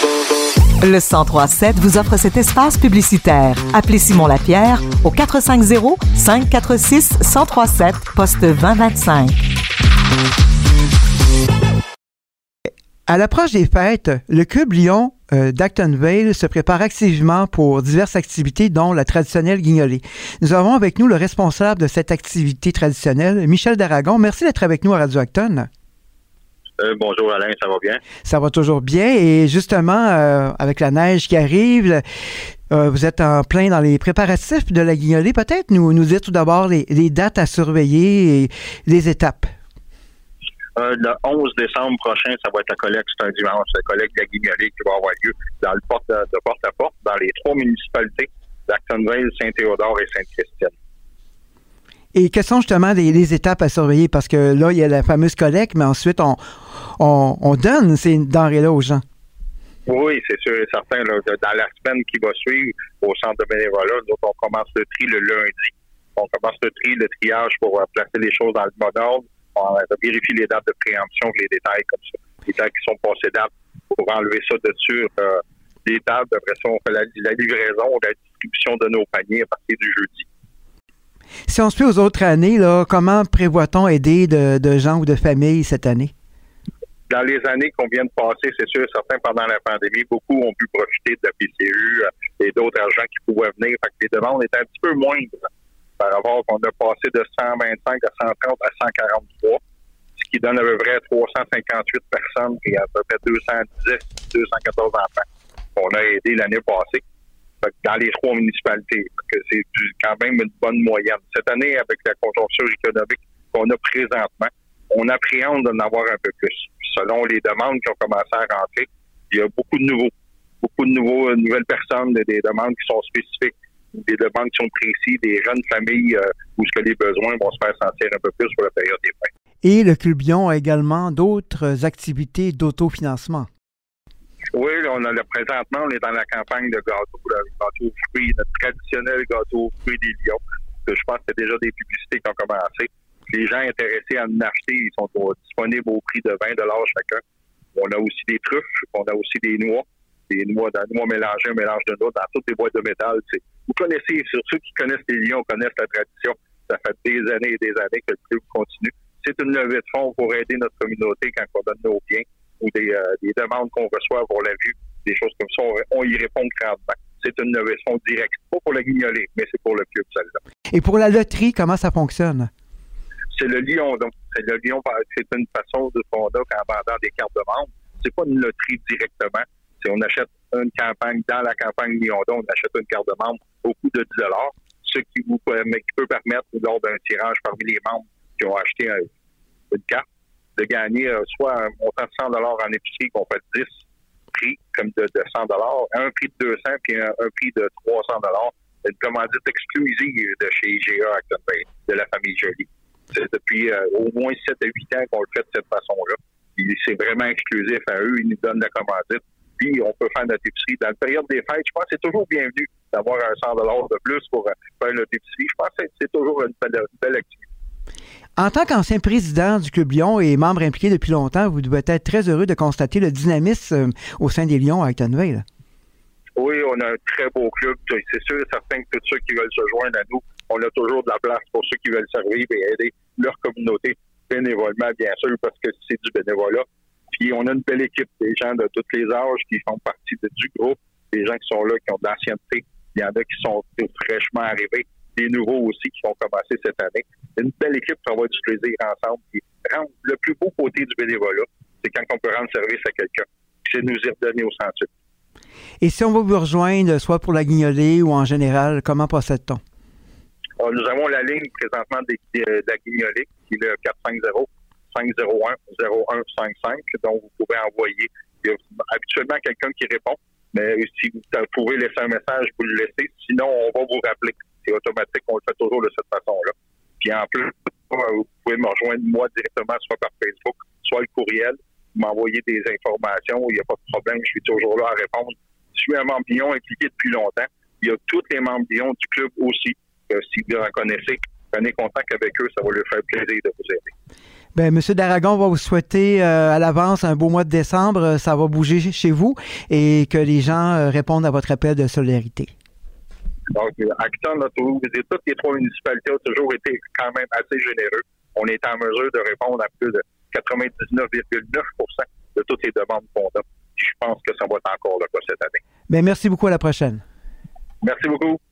Le 1037 vous offre cet espace publicitaire. Appelez Simon Lapierre au 450-546-1037, poste 2025. À l'approche des fêtes, le Club Lion d'Actonville se prépare activement pour diverses activités, dont la traditionnelle guignolée. Nous avons avec nous le responsable de cette activité traditionnelle, Michel Daragon. Merci d'être avec nous à Radio Acton. Bonjour Alain, ça va bien? Ça va toujours bien et justement, avec la neige qui arrive, vous êtes en plein dans les préparatifs de la guignolée. Peut-être nous dire tout d'abord les dates à surveiller et les étapes. Le 11 décembre prochain, ça va être la collecte, c'est un dimanche, la collecte de la guignolée qui va avoir lieu dans le de porte-à-porte dans les 3 municipalités d'Actonville, Saint-Théodore et Sainte-Christine. Et quelles sont justement les étapes à surveiller? Parce que là, il y a la fameuse collecte, mais ensuite, on donne ces denrées-là aux gens. Oui, c'est sûr et certain. Là, dans la semaine qui va suivre, au centre de bénévolat, nous autres, on commence le tri le lundi. On commence le triage pour placer les choses dans le bon ordre. On vérifie les dates de préemption, les détails comme ça. Les détails qui sont passés dates pour enlever ça dessus des tables. Après ça, on fait la livraison, la distribution de nos paniers à partir du jeudi. Si on se fait aux autres années, là, comment prévoit-on aider de gens ou de familles cette année? Dans les années qu'on vient de passer, c'est sûr, certains pendant la pandémie, beaucoup ont pu profiter de la PCU et d'autres agents qui pouvaient venir. Fait que les demandes étaient un petit peu moindres par rapport qu'on a passé de 125 à 130 à 143, ce qui donne à peu près 358 personnes et à peu près 214 enfants qu'on a aidés l'année passée. Dans les 3 municipalités. C'est quand même une bonne moyenne. Cette année, avec la conjoncture économique qu'on a présentement, on appréhende d'en avoir un peu plus. Selon les demandes qui ont commencé à rentrer, il y a beaucoup de nouvelles personnes, des demandes qui sont spécifiques, des demandes qui sont précises, des jeunes familles où ce que les besoins vont se faire sentir un peu plus pour la période des fêtes. Et le Club Lion a également d'autres activités d'autofinancement. Oui, présentement, on est dans la campagne de gâteaux, le gâteau aux fruits, notre traditionnel gâteau aux fruits des Lions. Je pense qu'il y a déjà des publicités qui ont commencé. Les gens intéressés à en acheter, ils sont disponibles au prix de 20 $ chacun. On a aussi des truffes, on a aussi des noix mélangées, un mélange de noix dans toutes les boîtes de métal. Vous connaissez, sur ceux qui connaissent les Lions, connaissent la tradition. Ça fait des années et des années que le club continue. C'est une levée de fonds pour aider notre communauté quand on donne nos biens ou des demandes qu'on reçoit pour la vue, des choses comme ça, on y répond grandement. C'est une levée de fonds directe, pas pour la guignolée, mais c'est pour le club, celle-là. Et pour la loterie, comment ça fonctionne? C'est le Lion, donc. C'est le Lion, c'est une façon de qu'on a en vendant des cartes de membres. C'est pas une loterie directement. On achète une campagne, dans la campagne Lion-Don, on achète une carte de membre au coût de 10 $, ce qui peut permettre, lors d'un tirage parmi les membres qui ont acheté une carte, de gagner soit un montant de 100 $ en épicerie, qu'on fait 10 prix comme de 100 $, un prix de 200 puis un prix de 300 $, une commandite exclusive de chez IGA Actonville, de la famille Joly. C'est depuis au moins 7 à 8 ans qu'on le fait de cette façon-là. C'est vraiment exclusif à eux, ils nous donnent la commandite, puis on peut faire notre épicerie. Dans la période des fêtes, je pense que c'est toujours bienvenu d'avoir un 100 $ de plus pour faire notre épicerie. Je pense que c'est toujours une belle activité. En tant qu'ancien président du Club Lion et membre impliqué depuis longtemps, vous devez être très heureux de constater le dynamisme au sein des Lions à Actonville. Oui, on a un très beau club. C'est sûr et certain que tous ceux qui veulent se joindre à nous, on a toujours de la place pour ceux qui veulent servir et aider leur communauté bénévolement, bien sûr, parce que c'est du bénévolat. Puis on a une belle équipe, des gens de tous les âges qui font partie du groupe, des gens qui sont là, qui ont de l'ancienneté. Il y en a qui sont fraîchement arrivés, des nouveaux aussi qui vont commencer cette année. Une belle équipe pour avoir du plaisir ensemble. Puis le plus beau côté du bénévolat, c'est quand on peut rendre service à quelqu'un. C'est nous y redonner au centre. Et si on va vous rejoindre, soit pour la guignolée ou en général, comment procède-t-on? Alors, nous avons la ligne présentement de la guignolée, qui est le 450-501-0155, dont vous pouvez envoyer. Il y a habituellement quelqu'un qui répond, mais si vous pouvez laisser un message, vous le laissez. Sinon, on va vous rappeler. C'est automatique, on le fait toujours de cette façon-là. Puis en plus, vous pouvez me rejoindre moi directement, soit par Facebook, soit le courriel, m'envoyer des informations, il n'y a pas de problème, je suis toujours là à répondre. Je suis un membre Lion impliqué depuis longtemps. Il y a tous les membres Lion du club aussi. Si vous en connaissez, prenez contact avec eux, ça va leur faire plaisir de vous aider. Bien, M. d'Aragon, on va vous souhaiter à l'avance un beau mois de décembre. Ça va bouger chez vous et que les gens répondent à votre appel de solidarité. Donc, Acton, Toulouse et toutes les 3 municipalités ont toujours été quand même assez généreux. On est en mesure de répondre à plus de 99,9% de toutes les demandes qu'on a. Je pense que ça va être encore le cas cette année. Bien, merci beaucoup. À la prochaine. Merci beaucoup.